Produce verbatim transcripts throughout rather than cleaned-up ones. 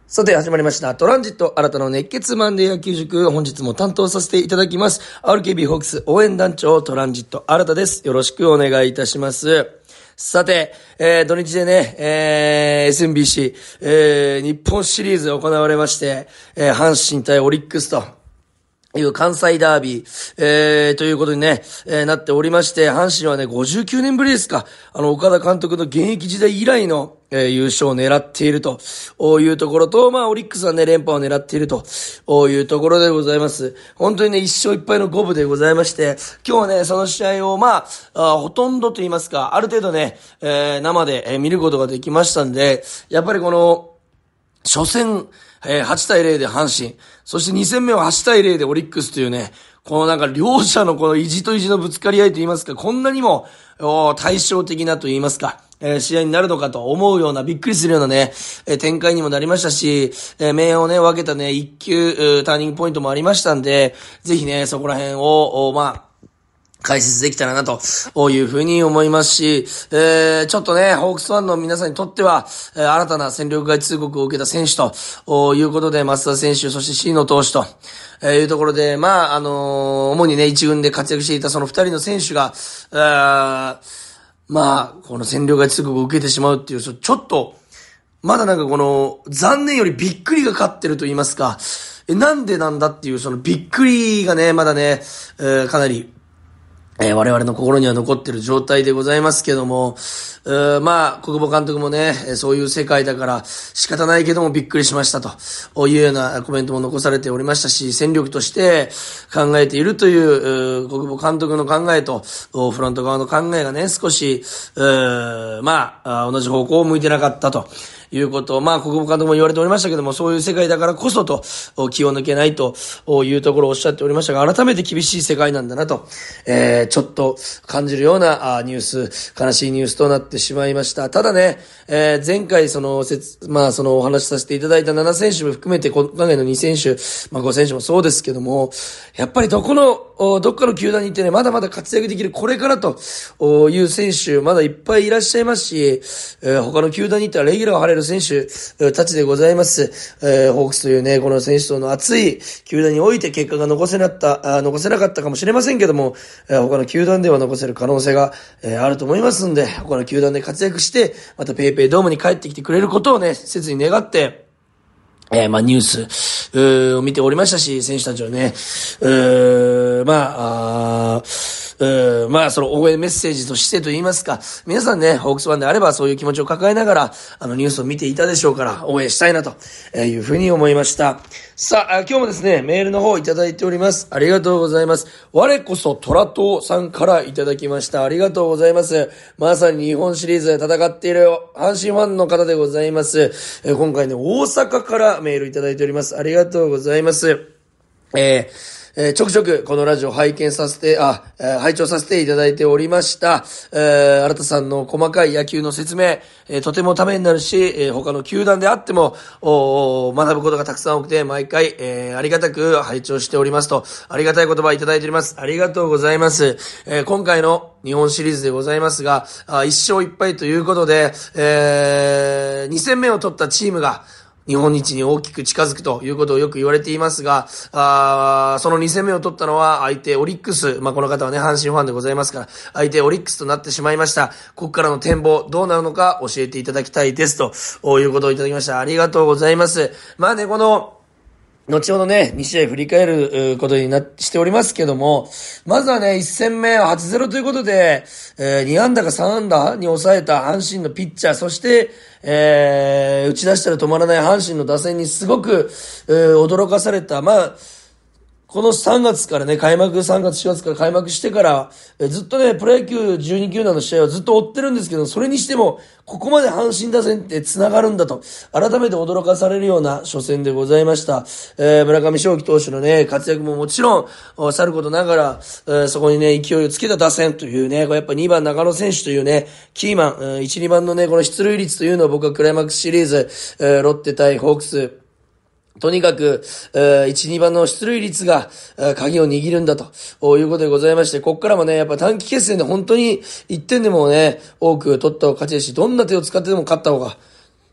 さて始まりましたトランジット新たな熱血マンデー野球塾、本日も担当させていただきます アールケービー ホークス応援団長トランジット新たです。よろしくお願いいたします。さて、えー、土日でね、えー、エスエムビーシー、えー、日本シリーズ行われまして、えー、阪神対オリックスという関西ダービー、えー、ということにね、えー、なっておりまして、阪神はね、ごじゅうきゅうねんぶりですか。あの、岡田監督の現役時代以来の、えー、優勝を狙っているというところと、まあ、オリックスはね、連覇を狙っているというところでございます。本当にね、一勝一敗の五分でございまして、今日はね、その試合を、まあ、あほとんどと言いますか、ある程度ね、えー、生で、えー、見ることができましたんで、やっぱりこの、初戦、えー、はちたいゼロで阪神、そしてに戦目ははちたいゼロでオリックスというね、このなんか両者のこの意地と意地のぶつかり合いと言いますか、こんなにも対照的なと言いますか、えー、試合になるのかと思うような、びっくりするようなね、えー、展開にもなりましたし、えー、明をね、分けたね、一級ターニングポイントもありましたんで、ぜひね、そこら辺を、まあ、解説できたらなというふうに思いますし、えー、ちょっとね、ホークスファンの皆さんにとっては、えー、新たな戦力外通告を受けた選手ということで、増田選手、そして椎野投手と、えー、いうところで、まあ、あのー、主にね、一軍で活躍していたその二人の選手が、えー、まあ、この戦力外通告を受けてしまうっていう、ちょっと、まだなんかこの、残念よりびっくりが勝ってると言いますか、え、なんでなんだっていう、そのびっくりがね、まだね、えー、かなり、えー、我々の心には残っている状態でございますけども、えー、まあ、国母監督もね、そういう世界だから仕方ないけどもびっくりしましたというようなコメントも残されておりましたし、戦力として考えているという、う国母監督の考えと、フロント側の考えがね、少し、えー、まあ、同じ方向を向いてなかったと。いうことを、まあ、国母監督も言われておりましたけども、そういう世界だからこそと、気を抜けないというところをおっしゃっておりましたが、改めて厳しい世界なんだなと、えー、ちょっと感じるようなニュース、悲しいニュースとなってしまいました。ただね、えー、前回その、まあ、そのお話しさせていただいたなな選手も含めて、今回のに選手、まあ、ご選手もそうですけども、やっぱりどこの、どっかの球団に行ってね、まだまだ活躍できるこれからという選手、まだいっぱいいらっしゃいますし、えー、他の球団に行ったらレギュラーを張れる選手たちでございます。えー、ホークスというね、この選手層の熱い球団において結果が残せなかった、あ残せなかったかもしれませんけども、えー、他の球団では残せる可能性が、えー、あると思いますんで、他の球団で活躍して、またペイペイドームに帰ってきてくれることをね、切に願って、えー、まあ、ニュース、うーを見ておりましたし、選手たちはね、うーまあ、あーまあ、その応援メッセージとしてと言いますか、皆さんね、ホークスファンであればそういう気持ちを抱えながら、あのニュースを見ていたでしょうから、応援したいなというふうに思いました。さあ、今日もですね、メールの方いただいております。ありがとうございます。我こそトラトさんからいただきました。ありがとうございます。まさに日本シリーズで戦っている阪神ファンの方でございます。え今回ね、大阪からメールいただいております。ありがとうございます。えーえー、ちょくちょくこのラジオ拝見させて、あ、えー、拝聴させていただいておりました。えー、新田さんの細かい野球の説明、えー、とてもためになるし、えー、他の球団であっても、お学ぶことがたくさん多くて、毎回、えー、ありがたく拝聴しておりますと、ありがたい言葉いただいております。ありがとうございます。えー、今回の日本シリーズでございますが、あ一勝一敗ということで、えー、に戦目を取ったチームが、日本一に大きく近づくということをよく言われていますが、あそのに戦目を取ったのは相手オリックス、まあ、この方はね、阪神ファンでございますから、相手オリックスとなってしまいました。ここからの展望、どうなるのか教えていただきたいですということをいただきました。ありがとうございます。まあね、この、後ほどね、に試合振り返ることになしておりますけども、まずはね、いち戦目は はちたいゼロ ということで、えー、に安打かさん安打に抑えた阪神のピッチャー、そして、えー、打ち出したら止まらない阪神の打線にすごく、えー、驚かされた。まあ、このさんがつからね、開幕、さんがつしがつから開幕してから、えずっとね、プロ野球じゅうに球団の試合はずっと追ってるんですけど、それにしても、ここまで阪神打線って繋がるんだと、改めて驚かされるような初戦でございました。えー、村上正輝投手のね、活躍ももちろん、さることながら、えー、そこにね、勢いをつけた打線というね、やっぱにばん中野選手というね、キーマン、いち、にばんのね、この出塁率というのを僕はクライマックスシリーズ、えー、ロッテ対ホークス、とにかく、いち、にばんの出塁率が、鍵を握るんだということでございまして、ここからもね、やっぱ短期決戦で本当にいってんでもね、多く取った方が勝ちですし、どんな手を使ってでも勝った方が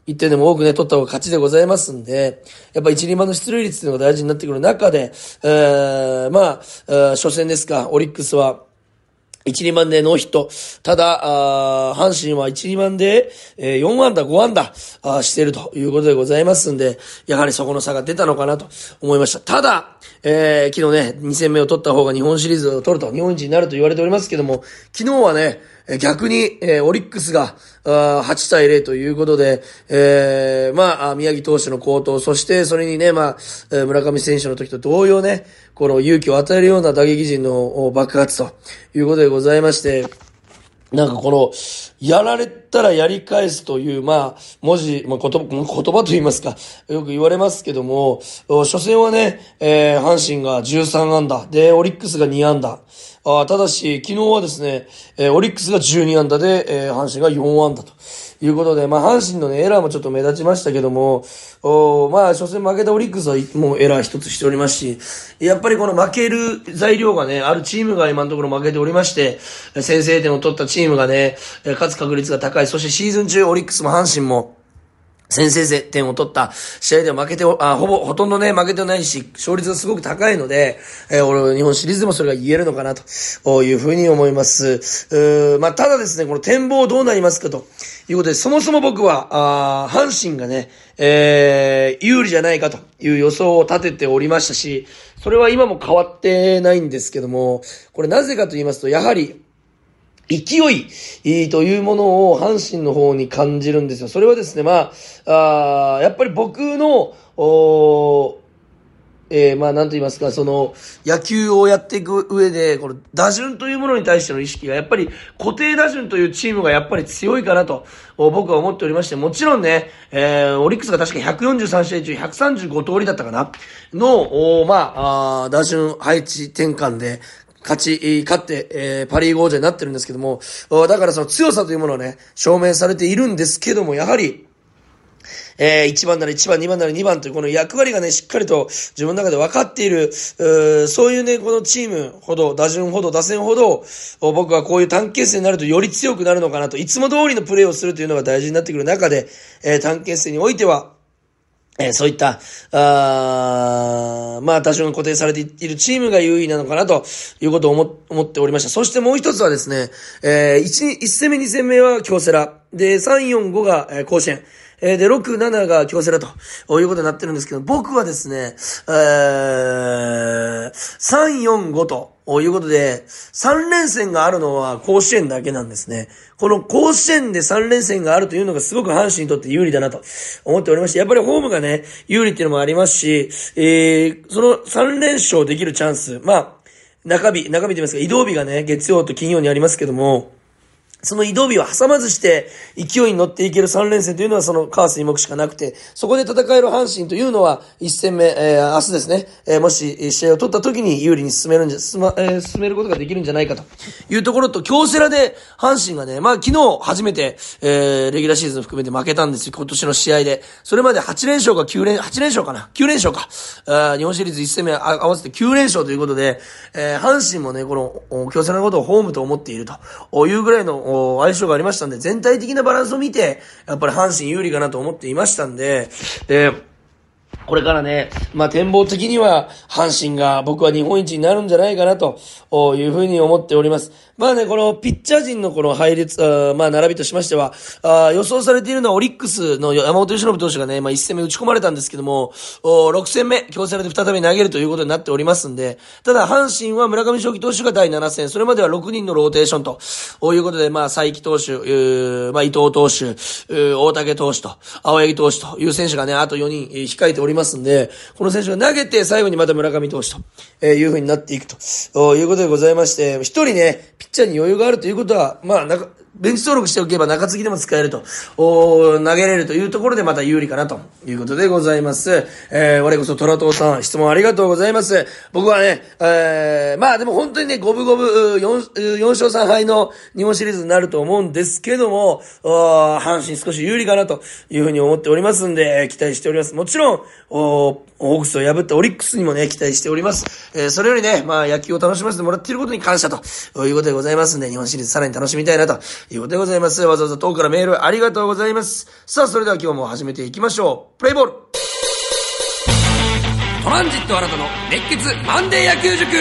いってんでも多くね、取った方が勝ちでございますんで、やっぱ一、二番の出塁率っていうのが大事になってくる中で、えー、まあ、えー、初戦ですか、オリックスは、一、二番でノーヒット。ただ、あ阪神は一、二番で、えー、よん安打、ご安打あしているということでございますんで、やはりそこの差が出たのかなと思いました。ただ、えー、昨日ね、に戦目を取った方が日本シリーズを取ると、日本一になると言われておりますけども、昨日はね、逆に、えー、オリックスが、はち対ゼロということで、えー、まあ、宮城投手の好投、そしてそれにね、まあ、村上選手の時と同様ね、この勇気を与えるような打撃陣の爆発ということでございまして、なんかこの、やられたらやり返すという、まあ、文字、まあ、言葉、言葉と言いますか、よく言われますけども、初戦はね、えー、阪神がじゅうさん安打、で、オリックスがに安打。あただし、昨日はですね、えー、オリックスがじゅうに安打で、えー、阪神がよん安打ということで、まあ、阪神のね、エラーもちょっと目立ちましたけども、おまあ、初戦負けたオリックスはもうエラー一つしておりますし、やっぱりこの負ける材料がね、あるチームが今のところ負けておりまして、先制点を取ったチームがね、勝つ確率が高い。そしてシーズン中、オリックスも阪神も、先制点を取った試合では負けて、あ、ほぼ、ほとんどね、負けてないし、勝率がすごく高いので、えー、俺、日本シリーズでもそれが言えるのかな、というふうに思います。うーまあ、ただですね、この展望どうなりますか、ということで、そもそも僕は、あ阪神がね、えー、有利じゃないかという予想を立てておりましたし、それは今も変わってないんですけども、これなぜかと言いますと、やはり、勢いというものを阪神の方に感じるんですよ。それはですね、まあ、あやっぱり僕の、おえー、まあ、なんと言いますか、その、野球をやっていく上で、この打順というものに対しての意識が、やっぱり固定打順というチームがやっぱり強いかなと、僕は思っておりまして、もちろんね、えー、オリックスが確かひゃくよんじゅうさん試合中ひゃくさんじゅうご通りだったかなの、おまあ、あ打順配置転換で、勝ち、勝って、えー、パリーグ王者になってるんですけども、だからその強さというものをね、証明されているんですけども、やはり、えー、いちばんならいちばん、にばんならにばんというこの役割がね、しっかりと自分の中で分かっている、うそういうね、このチームほど、打順ほど、打線ほど、僕はこういう短期決戦になるとより強くなるのかなと、いつも通りのプレーをするというのが大事になってくる中で、えー、短期決戦においては、えー、そういった、あまあ、多少固定されているチームが優位なのかなということを思、思っておりました。そしてもう一つはですね、えー、一、一戦目、二戦目は京セラ。で、さん、よん、ごが、えー、甲子園。えー、で、ろく、ななが京セラということになってるんですけど、僕はですね、えー、さん、よん、ごということで、さん連戦があるのは甲子園だけなんですね。この甲子園でさん連戦があるというのがすごく阪神にとって有利だなと思っておりまして、やっぱりホームがね、有利っていうのもありますし、えー、そのさん連勝できるチャンス、まあ、中日、中日と言いますか、移動日がね、月曜と金曜にありますけども、その移動日は挟まずして勢いに乗っていけるさん連戦というのはそのカースに目しかなくて、そこで戦える阪神というのはいち戦目、えー、明日ですね、えー、もし試合を取った時に有利に進めるんじゃ、進ま、えー、進めることができるんじゃないかというところと、京セラで阪神がね、まあ昨日初めて、えー、レギュラーシーズン含めて負けたんですよ、今年の試合で。それまではち連勝かきゅう連、はち連勝かな ?きゅう 連勝か。あ日本シリーズいち戦目合わせてきゅう連勝ということで、えー、阪神もね、この京セラのことをホームと思っているというぐらいの相性がありましたんで、全体的なバランスを見て、やっぱり阪神有利かなと思っていましたんで、で、これからね、まあ、展望的には、阪神が僕は日本一になるんじゃないかなというふうに思っております。まあね、このピッチャー陣のこの配列、あまあ、並びとしましては、あ予想されているのはオリックスの山本由伸投手がね、まあ、いち戦目打ち込まれたんですけども、ろく戦目、京セラで再び投げるということになっておりますんで、ただ阪神は村上正輝投手がだいなな戦、それまではろくにんのローテーションということで、まあ、才木投手、まあ、伊藤投手、大竹投手と、青柳投手という選手がね、あとよにん控えておりますんで、この選手が投げて最後にまた村上投手という風になっていくということでございまして、一人ね、ピッチャーに余裕があるということは、まあ、なんか、ベンチ登録しておけば中継ぎでも使えると、投げれるというところでまた有利かなということでございます。えー、我こそトラトーさん、質問ありがとうございます。僕はね、えー、まあでも本当にね、五分五分、4、よん勝さん敗の日本シリーズになると思うんですけども、阪神少し有利かなというふうに思っておりますんで、期待しております。もちろん、ホークスを破ったオリックスにもね、期待しております。えー、それよりね、まあ野球を楽しませてもらっていることに感謝ということでございますんで、日本シリーズさらに楽しみたいなということでございます。わざわざ遠くからメールありがとうございます。さあ、それでは今日も始めていきましょう。プレイボールトランジット新たの熱血マンデー野球塾。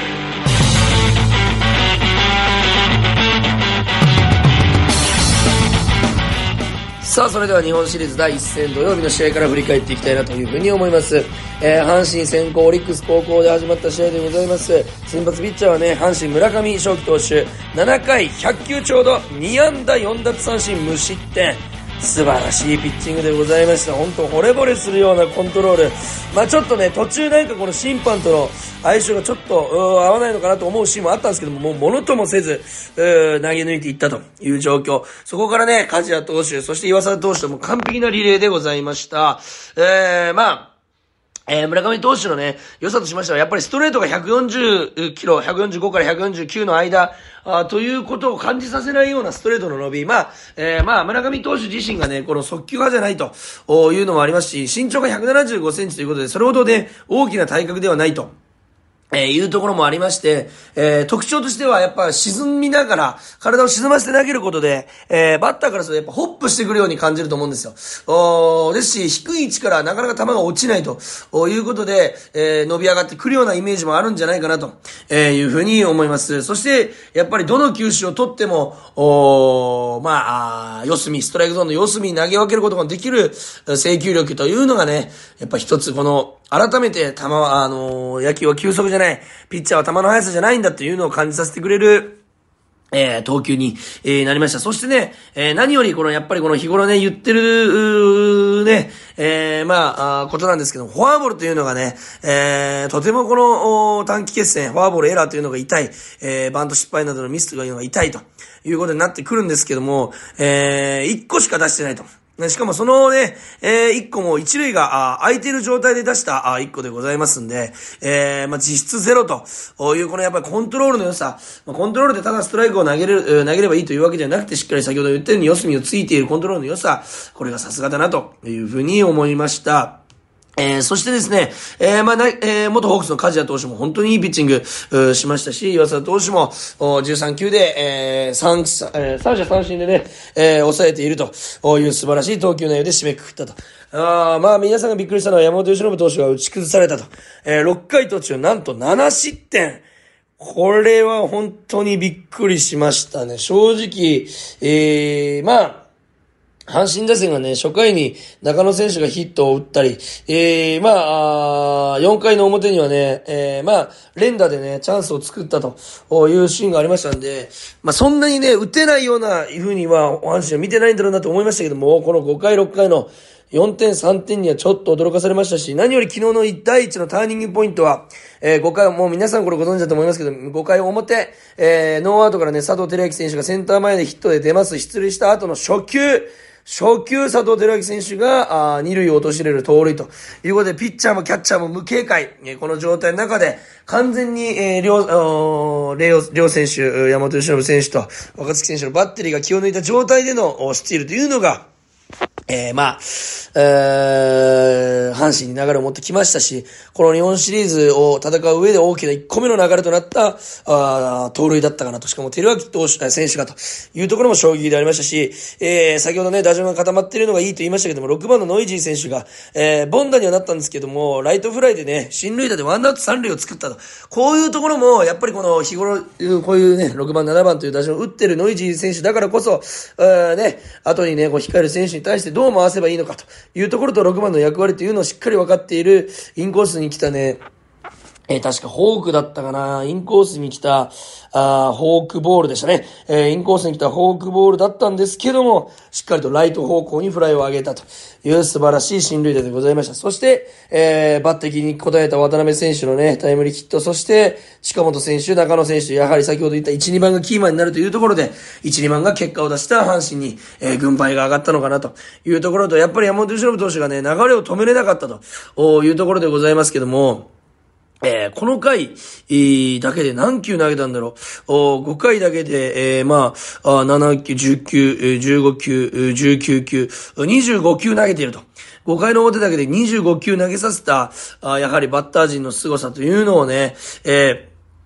さあ、それでは日本シリーズだいいっ戦土曜日の試合から振り返っていきたいなというふうに思います。えー、阪神先行オリックス高校で始まった試合でございます。先発ピッチャーはね、阪神村上正輝投手、ななかいひゃっきゅうちょうど、にあんだよんだつさんしん無失点。素晴らしいピッチングでございました。本当惚れ惚れするようなコントロール。まあちょっとね、途中なんかこの審判との相性がちょっと合わないのかなと思うシーンもあったんですけども、もうものともせず投げ抜いていったという状況。そこからね、梶谷投手、そして岩佐投手とも完璧なリレーでございました。えー、まあえー、村上投手のね、良さとしましては、やっぱりストレートがひゃくよんじゅうキロ、ひゃくよんじゅうごからひゃくよんじゅうきゅうの間、あということを感じさせないようなストレートの伸び。まあ、えー、まあ、村上投手自身がね、この速球派じゃないというのもありますし、身長がひゃくななじゅうごセンチということで、それほどね、大きな体格ではないと。えー、いうところもありまして、えー、特徴としてはやっぱ沈みながら、体を沈ませて投げることで、えー、バッターからするとやっぱホップしてくるように感じると思うんですよ。おー、ですし、低い位置からなかなか球が落ちないということで、えー、伸び上がってくるようなイメージもあるんじゃないかなと、えー、いうふうに思います。そして、やっぱりどの球種を取っても、おー、まあ、あ四隅、ストライクゾーンの四隅に投げ分けることができる制球力というのがね、やっぱ一つこの、改めて球は、あのー、野球は球速じゃない、ピッチャーは球の速さじゃないんだっていうのを感じさせてくれる、えー、投球に、えー、なりました。そしてね、えー、何よりこの、やっぱりこの日頃ね、言ってる、ね、えー、まあ、あことなんですけど、フォアボールというのがね、えー、とてもこの、短期決戦、フォアボールエラーというのが痛い、えー、バント失敗などのミスというのが痛いということになってくるんですけども、えー、いっこしか出してないと。しかもそのね、えー、一個も一塁が空いている状態で出した一個でございますんで、えー、まあ、実質ゼロというこのやっぱりコントロールの良さ、まあ、コントロールでただストライクを投げる、投げればいいというわけではなくて、しっかり先ほど言ったように四隅をついているコントロールの良さ、これがさすがだなというふうに思いました。えー、そしてですね、えー、まあ、な、えー、元ホークスの梶谷投手も本当にいいピッチング、しましたし、岩佐投手も、じゅうさんきゅうで、えー、三、えー、三者三振でね、えー、抑えているという素晴らしい投球内容で締めくくったと。あまあ、皆さんがびっくりしたのは山本由伸投手が打ち崩されたと。えー、ろっかい途中なんとななしってん。これは本当にびっくりしましたね。正直、えー、まあ、阪神打線がね、初回に中野選手がヒットを打ったり、えー、まあ、あよんかいの表にはね、えー、まあ、連打でね、チャンスを作ったというシーンがありましたんで、まあ、そんなにね、打てないような風には、阪神は見てないんだろうなと思いましたけども、このごかい、ろっかいのよんてん、さんてんにはちょっと驚かされましたし、何より昨日のだいいちのターニングポイントは、えー、ごかい、もう皆さんこれご存知だと思いますけど、ごかい表、えー、ノーアウトからね、佐藤輝明選手がセンター前でヒットで出ます。出塁した後の初球、初球佐藤輝明選手が、あ二塁を落とし入れる盗塁ということで、ピッチャーもキャッチャーも無警戒、えー、この状態の中で、完全に、えー、両、両、両選手、山本由伸選手と若月選手のバッテリーが気を抜いた状態でのスチールというのが、えー、まあ、えー、阪神に流れを持ってきましたし、この日本シリーズを戦う上で大きないっこめの流れとなった、あ盗塁だったかなと。しかも、照明投手、選手がというところも衝撃でありましたし、えー、先ほどね、打順が固まっているのがいいと言いましたけども、ろくばんのノイジー選手が、えー、ボンダにはなったんですけども、ライトフライでね、進塁打でワンアウト三塁を作ったと。こういうところも、やっぱりこの日頃、こういうね、ろくばん、ななばんという打順を打ってるノイジー選手だからこそ、えー、ね、後にね、こう控える選手に対してどう回せばいいのかというところとろくばんの役割というのをしっかり分かっているインコースに来たね、えー、確かフォークだったかな、インコースに来た、あー、フォークボールでしたね。えー、インコースに来たフォークボールだったんですけども、しっかりとライト方向にフライを上げたという素晴らしい進塁打でございました。そして、えー、抜擢に応えた渡辺選手のね、タイムリーヒット、そして、近本選手、中野選手、やはり先ほど言ったいち、にばんがキーマンになるというところで、いち、にばんが結果を出した阪神に、えー、軍配が上がったのかなというところと、やっぱり山本由伸投手がね、流れを止めれなかったというところでございますけども、えー、この回、えー、だけで何球投げたんだろう。ごかいだけで、えー、まあ、ななきゅう、じゅっきゅう、じゅうごきゅう、じゅうきゅうきゅう、にじゅうごきゅう投げていると。ごかいの表だけでにじゅうごきゅう投げさせた、あやはりバッター陣の凄さというのをね、えー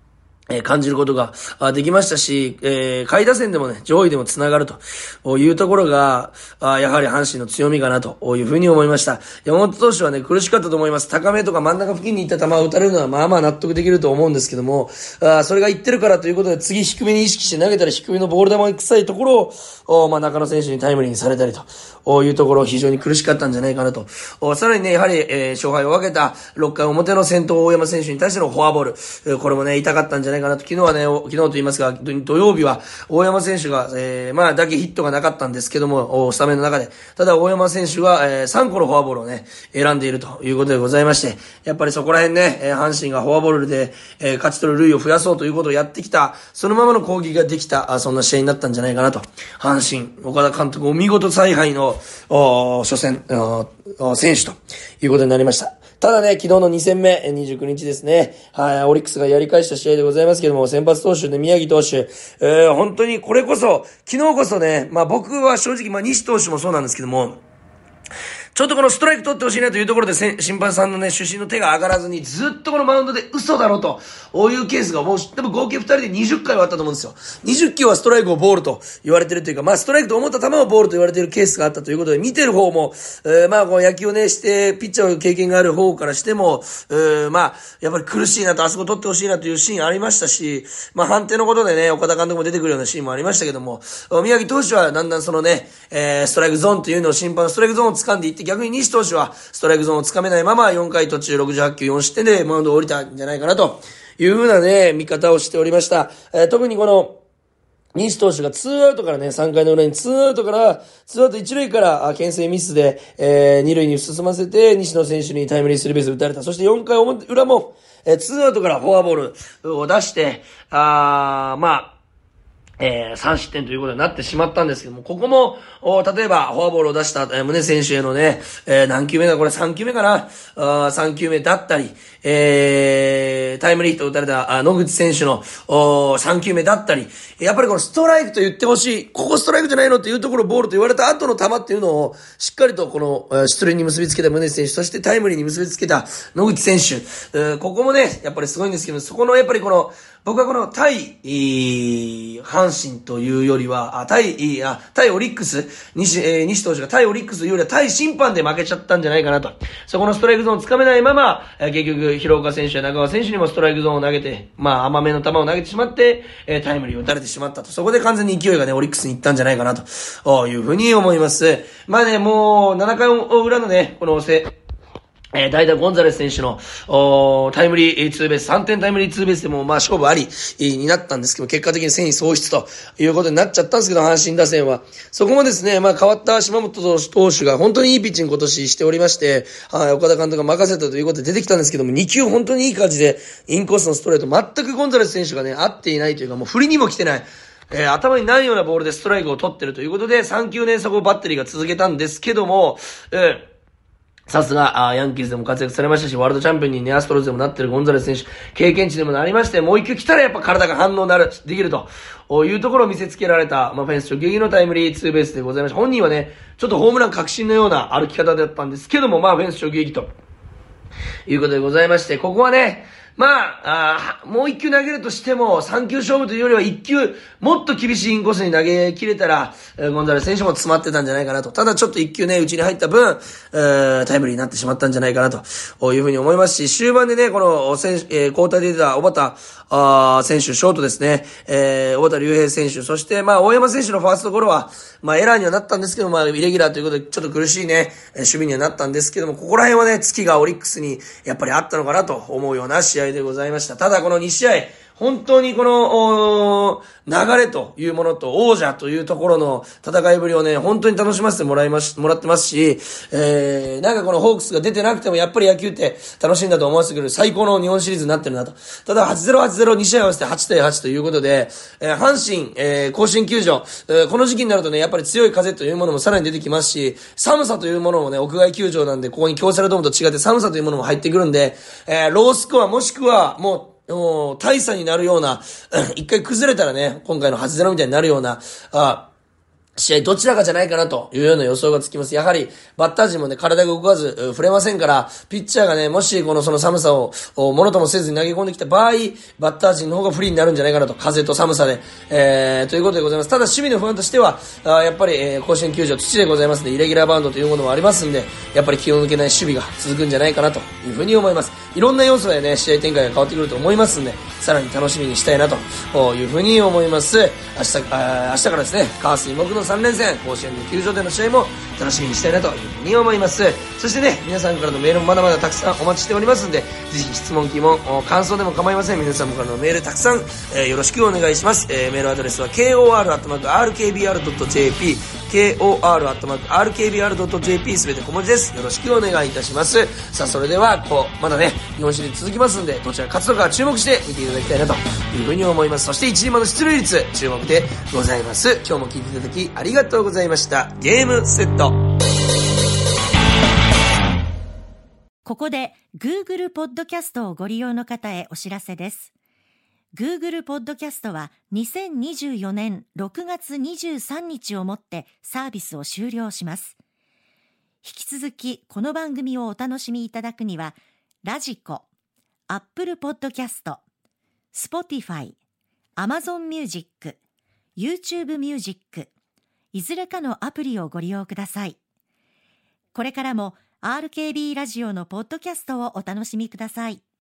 えー、感じることができましたし、えー、下位打線でもね、上位でも繋がるというところが、あやはり阪神の強みかなというふうに思いました。山本投手はね、苦しかったと思います。高めとか真ん中付近に行った球を打たれるのはまあまあ納得できると思うんですけども、あそれが言ってるからということで、次低めに意識して投げたら低めのボール球が臭いところを、まあ中野選手にタイムリーにされたりというところ、非常に苦しかったんじゃないかなと。さらにね、やはり、えー、勝敗を分けたろっかい表の先頭大山選手に対してのフォアボール、これもね、痛かったんじゃないかなと。昨日はね、昨日と言いますか、土曜日は大山選手が、えー、まあだけヒットがなかったんですけども、スタメンの中で、ただ大山選手が、えー、さんこのフォアボールをね、選んでいるということでございまして、やっぱりそこら辺ね、えー、阪神がフォアボールで、えー、勝ち取る塁を増やそうということをやってきた、そのままの攻撃ができた、あそんな試合になったんじゃないかなと。阪神、岡田監督お見事采配の、初戦、選手ということになりました。ただね、昨日のに戦目、にじゅうくにちですね。はい、オリックスがやり返した試合でございますけども、先発投手で宮城投手、えー、本当にこれこそ、昨日こそね、まあ僕は正直、まあ西投手もそうなんですけども、ちょっとこのストライク取ってほしいなというところで、審判さんのね、主審の手が上がらずに、ずっとこのマウンドで嘘だろと、こういうケースがもう、多分合計ふたりでにじゅっかいはあったと思うんですよ。にじゅっきゅうはストライクをボールと言われてるというか、まあストライクと思った球をボールと言われているケースがあったということで、見てる方も、えー、まあこう野球をね、して、ピッチャーの経験がある方からしても、えー、まあ、やっぱり苦しいなと、あそこ取ってほしいなというシーンありましたし、まあ判定のことでね、岡田監督も出てくるようなシーンもありましたけども、宮城投手はだんだんそのね、えー、ストライクゾーンというのを審判のストライクゾーンを掴んでいって、逆に西投手はストライクゾーンをつかめないままよんかい途中ろくじゅうはちきゅうよん失点でマウンドを降りたんじゃないかなというふうなね、見方をしておりました。えー、特にこの、西投手がツーアウトからね、さんかいの裏にツーアウトから、ツーアウトいち塁から、牽制ミスで、えー、に塁に進ませて、西野選手にタイムリースリーベース打たれた。そしてよんかい裏も、えー、ツーアウトからフォアボールを出して、あー、まあ、えー、さん失点ということになってしまったんですけども、ここも、例えば、フォアボールを出した、えー、宗選手へのね、えー、何球目だこれさんきゅうめかなあ ?さん 球目だったり、えー、タイムリーヒットを打たれた、野口選手の、さんきゅうめだったり、やっぱりこのストライクと言ってほしい、ここストライクじゃないのっていうところボールと言われた後の球っていうのを、しっかりとこの、出塁に結びつけた宗選手、そしてタイムリーに結びつけた野口選手、えー、ここもね、やっぱりすごいんですけど、そこのやっぱりこの、僕はこの対、阪神というよりは、あ対、あ対オリックス、西、えー、西投手が対オリックスというよりは対審判で負けちゃったんじゃないかなと。そこのストライクゾーンをつかめないまま、えー、結局、広岡選手や中川選手にもストライクゾーンを投げて、まあ甘めの球を投げてしまって、えー、タイムリーを打たれてしまったと。そこで完全に勢いがね、オリックスに行ったんじゃないかなというふうに思います。まあね、もう、ななかい裏のね、このせ、えー、代打ゴンザレス選手の、タイムリーツーベース、さんてんタイムリーツーベースでも、まあ、勝負あり、になったんですけど、結果的に戦意喪失ということになっちゃったんですけど、阪神打線は。そこもですね、まあ、変わった島本投手が本当にいいピッチング今年しておりまして、はい、岡田監督が任せたということで出てきたんですけども、にきゅう本当にいい感じで、インコースのストレート、全くゴンザレス選手がね、合っていないというか、もう振りにも来てない。えー、頭にないようなボールでストライクを取ってるということで、さんきゅう連続バッテリーが続けたんですけども、えーさすが、ヤンキースでも活躍されましたし、ワールドチャンピオンにね、アストロズでもなってるゴンザレス選手、経験値でもなりまして、もう一球来たらやっぱ体が反応なる、できるというところを見せつけられた、まあ、フェンス直撃のタイムリーツーベースでございました。本人はね、ちょっとホームラン確信のような歩き方だったんですけども、まあ、フェンス直撃ということでございまして、ここはね、まあ、あもう一球投げるとしても、三球勝負というよりは一球、もっと厳しいインコースに投げ切れたら、えー、ゴンザレス選手も詰まってたんじゃないかなと。ただちょっと一球ね、内に入った分、えー、タイムリーになってしまったんじゃないかなというふうに思いますし、終盤でね、この選手、えー、交代で出た小畑あ選手、ショートですね、えー、小畑隆平選手、そしてまあ、大山選手のファーストゴロは、まあ、エラーにはなったんですけど、まあ、イレギュラーということで、ちょっと苦しいね、守備にはなったんですけども、ここら辺はね、月がオリックスにやっぱりあったのかなと思うような試合でございました。ただこのに試合、本当にこの、流れというものと王者というところの戦いぶりをね、本当に楽しませてもらいまし、もらってますし、えー、なんかこのホークスが出てなくてもやっぱり野球って楽しいんだと思わせてくれる最高の日本シリーズになってるなと。ただはちゼロはちゼロに試合合わせてはちたいはちということで、えー、阪神、えー、甲子園球場、えー、この時期になるとね、やっぱり強い風というものもさらに出てきますし、寒さというものもね、屋外球場なんで、ここに京セラドームと違って寒さというものも入ってくるんで、えー、ロースコアもしくはもう、大差になるような、一回崩れたらね、今回のはちゼロみたいになるような、あ試合どちらかじゃないかなというような予想がつきます。やはり、バッター陣もね、体が動かず、触れませんから、ピッチャーがね、もしこのその寒さを、ものともせずに投げ込んできた場合、バッター陣の方が不利になるんじゃないかなと、風と寒さで、えー、ということでございます。ただ、守備の不安としては、あやっぱり、えー、甲子園球場、土でございますので、イレギュラーバウンドというものもありますんで、やっぱり気を抜けない守備が続くんじゃないかなというふうに思います。いろんな要素でね、試合展開が変わってくると思いますんで、さらに楽しみにしたいなというふうに思います。明日、あ明日からですね、火水木のさん連戦、甲子園の球場での試合も楽しみにしたいなというふうに思います。そしてね、皆さんからのメールもまだまだたくさんお待ちしておりますんで、ぜひ質問、疑問、感想でも構いません。皆さんからのメールたくさん、えー、よろしくお願いします。えー、メールアドレスは ケーオーアールアットマークアールケービーアールドットジェーピー ケーオーアールアットマークアールケービーアールドットジェーピー すべて小文字です。よろしくお願いいたします。さあ、それでは、こう、まだね、日本シリーズ続きますんで、どちら勝つのか注目して見ていただきたいなというふうに思います。そして一時間の出塁率、注目でございます。今日も聞いていただきありがとうございました。ゲームセット。 ここで Google ポッドキャストをご利用の方へお知らせです。Google ポッドキャストはにせんにじゅうよねんろくがつにじゅうさんにちをもってサービスを終了します。引き続きこの番組をお楽しみいただくには、ラジコ、Apple ポッドキャスト、Spotify、Amazon Music、YouTube Music、いずれかのアプリをご利用ください。これからも アールケービー ラジオのポッドキャストをお楽しみください。